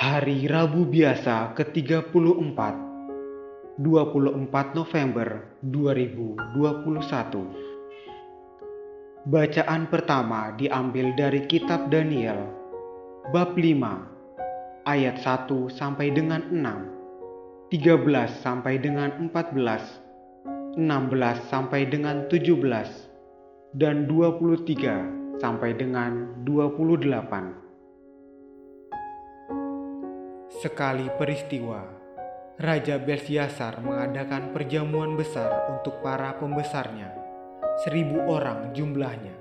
Hari Rabu biasa ke-34, 24 November 2021. Bacaan pertama diambil dari kitab Daniel, bab 5, ayat 1 sampai dengan 6, 13 sampai dengan 14, 16 sampai dengan 17, dan 23 sampai dengan 28. Sekali peristiwa, Raja Belsyazar mengadakan perjamuan besar untuk para pembesarnya, 1.000 orang jumlahnya.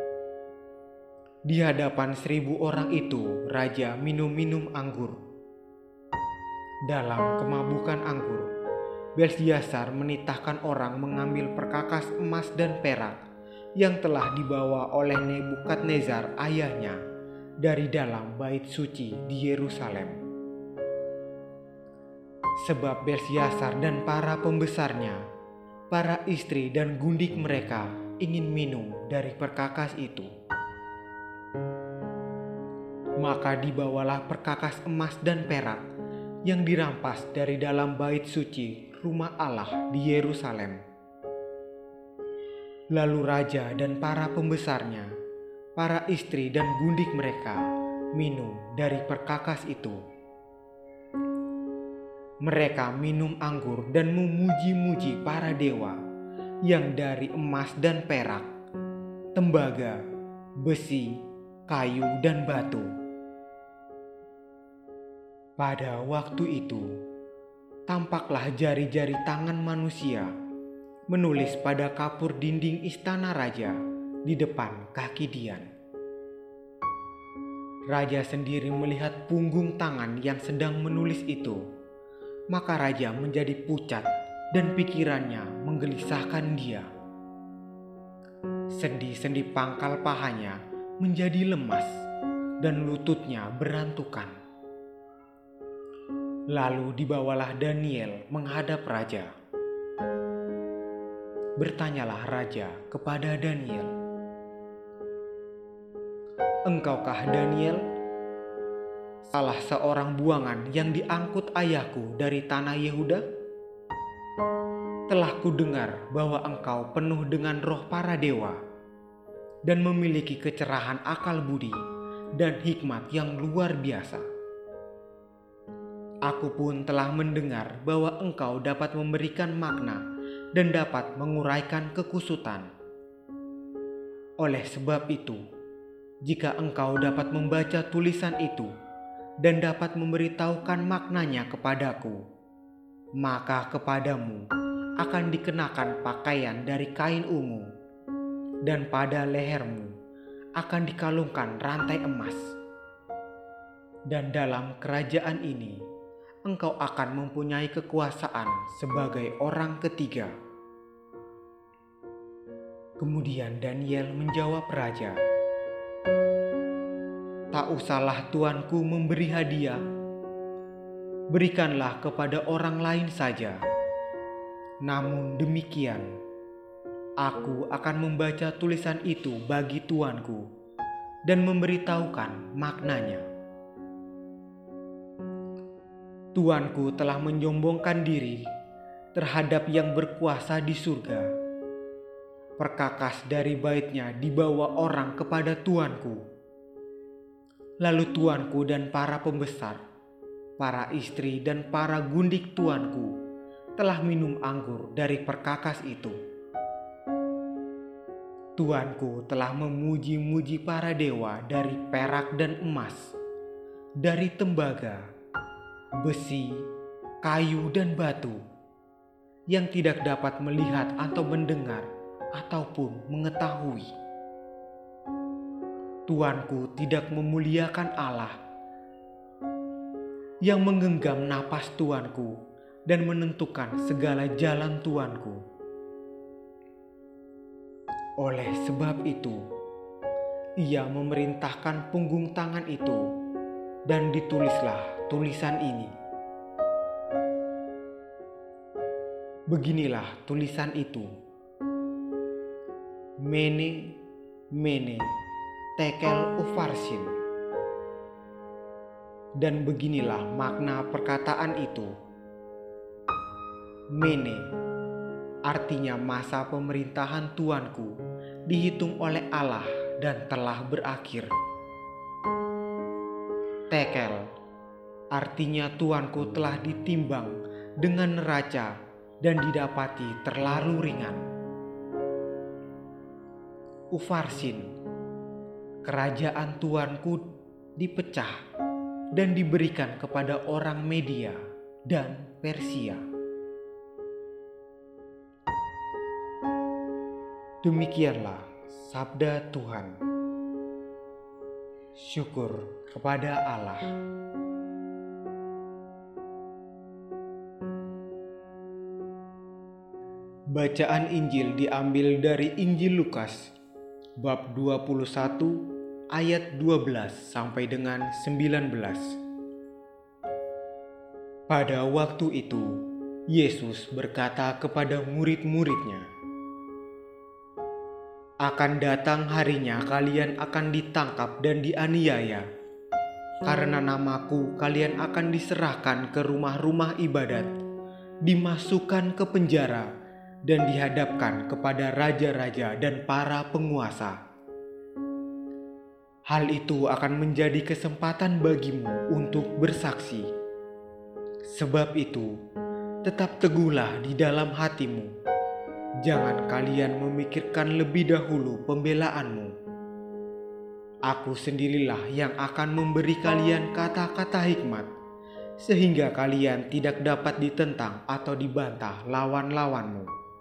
Di hadapan 1.000 orang itu, Raja minum-minum anggur. Dalam kemabukan anggur, Belsyazar menitahkan orang mengambil perkakas emas dan perak yang telah dibawa oleh Nebukadnezar ayahnya dari dalam bait suci di Yerusalem. Sebab Belsyazar dan para pembesarnya, para istri dan gundik mereka ingin minum dari perkakas itu. Maka dibawalah perkakas emas dan perak yang dirampas dari dalam bait suci rumah Allah di Yerusalem. Lalu raja dan para pembesarnya, para istri dan gundik mereka minum dari perkakas itu. Mereka minum anggur dan memuji-muji para dewa yang dari emas dan perak, tembaga, besi, kayu, dan batu. Pada waktu itu, tampaklah jari-jari tangan manusia menulis pada kapur dinding istana raja di depan kaki Dian. Raja sendiri melihat punggung tangan yang sedang menulis itu. Maka raja menjadi pucat dan pikirannya menggelisahkan dia. Sendi-sendi pangkal pahanya menjadi lemas dan lututnya berantukan. Lalu dibawalah Daniel menghadap raja. Bertanyalah raja kepada Daniel, "Engkaukah Daniel, salah seorang buangan yang diangkut ayahku dari tanah Yehuda? Telah kudengar bahwa engkau penuh dengan roh para dewa dan memiliki kecerahan akal budi dan hikmat yang luar biasa. Aku pun telah mendengar bahwa engkau dapat memberikan makna dan dapat menguraikan kekusutan. Oleh sebab itu, jika engkau dapat membaca tulisan itu dan dapat memberitahukan maknanya kepadaku, maka kepadamu akan dikenakan pakaian dari kain ungu, dan pada lehermu akan dikalungkan rantai emas. Dan dalam kerajaan ini, engkau akan mempunyai kekuasaan sebagai orang ketiga." Kemudian Daniel menjawab raja, "Tak usahlah tuanku memberi hadiah. Berikanlah kepada orang lain saja. Namun demikian, aku akan membaca tulisan itu bagi tuanku dan memberitahukan maknanya. Tuanku telah menyombongkan diri terhadap yang berkuasa di surga. Perkakas dari baitnya dibawa orang kepada tuanku. Lalu tuanku dan para pembesar, para istri dan para gundik tuanku telah minum anggur dari perkakas itu. Tuanku telah memuji-muji para dewa dari perak dan emas, dari tembaga, besi, kayu, dan batu, yang tidak dapat melihat atau mendengar ataupun mengetahui. Tuanku tidak memuliakan Allah yang menggenggam napas tuanku dan menentukan segala jalan tuanku. Oleh sebab itu, ia memerintahkan punggung tangan itu dan ditulislah tulisan ini. Beginilah tulisan itu: Mene, Mene, Tekel Upharsin. Dan beginilah makna perkataan itu. Mene, artinya masa pemerintahan Tuanku dihitung oleh Allah dan telah berakhir. Tekel, artinya Tuanku telah ditimbang dengan neraca dan didapati terlalu ringan. Ufarsin, kerajaan Tuanku dipecah dan diberikan kepada orang Media dan Persia. Demikianlah sabda Tuhan. Syukur kepada Allah. Bacaan Injil diambil dari Injil Lukas bab 21 ayat 12 sampai dengan 19. Pada waktu itu, Yesus berkata kepada murid-muridnya, "Akan datang harinya kalian akan ditangkap dan dianiaya. Karena namaku kalian akan diserahkan ke rumah-rumah ibadat, dimasukkan ke penjara, dan dihadapkan kepada raja-raja dan para penguasa. Hal itu akan menjadi kesempatan bagimu untuk bersaksi. Sebab itu, tetap teguhlah di dalam hatimu. Jangan kalian memikirkan lebih dahulu pembelaanmu. Aku sendirilah yang akan memberi kalian kata-kata hikmat, sehingga kalian tidak dapat ditentang atau dibantah lawan-lawanmu.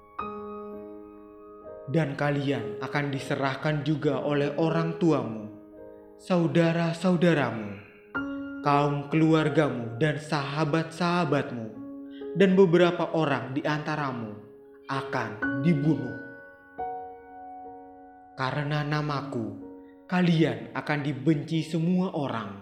Dan kalian akan diserahkan juga oleh orang tuamu, saudara-saudaramu, kaum keluargamu dan sahabat-sahabatmu, dan beberapa orang di antaramu akan dibunuh. Karena namaku, kalian akan dibenci semua orang.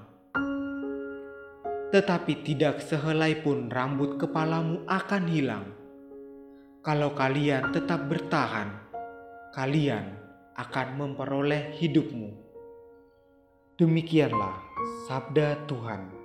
Tetapi tidak sehelai pun rambut kepalamu akan hilang. Kalau kalian tetap bertahan, kalian akan memperoleh hidupmu." Demikianlah sabda Tuhan.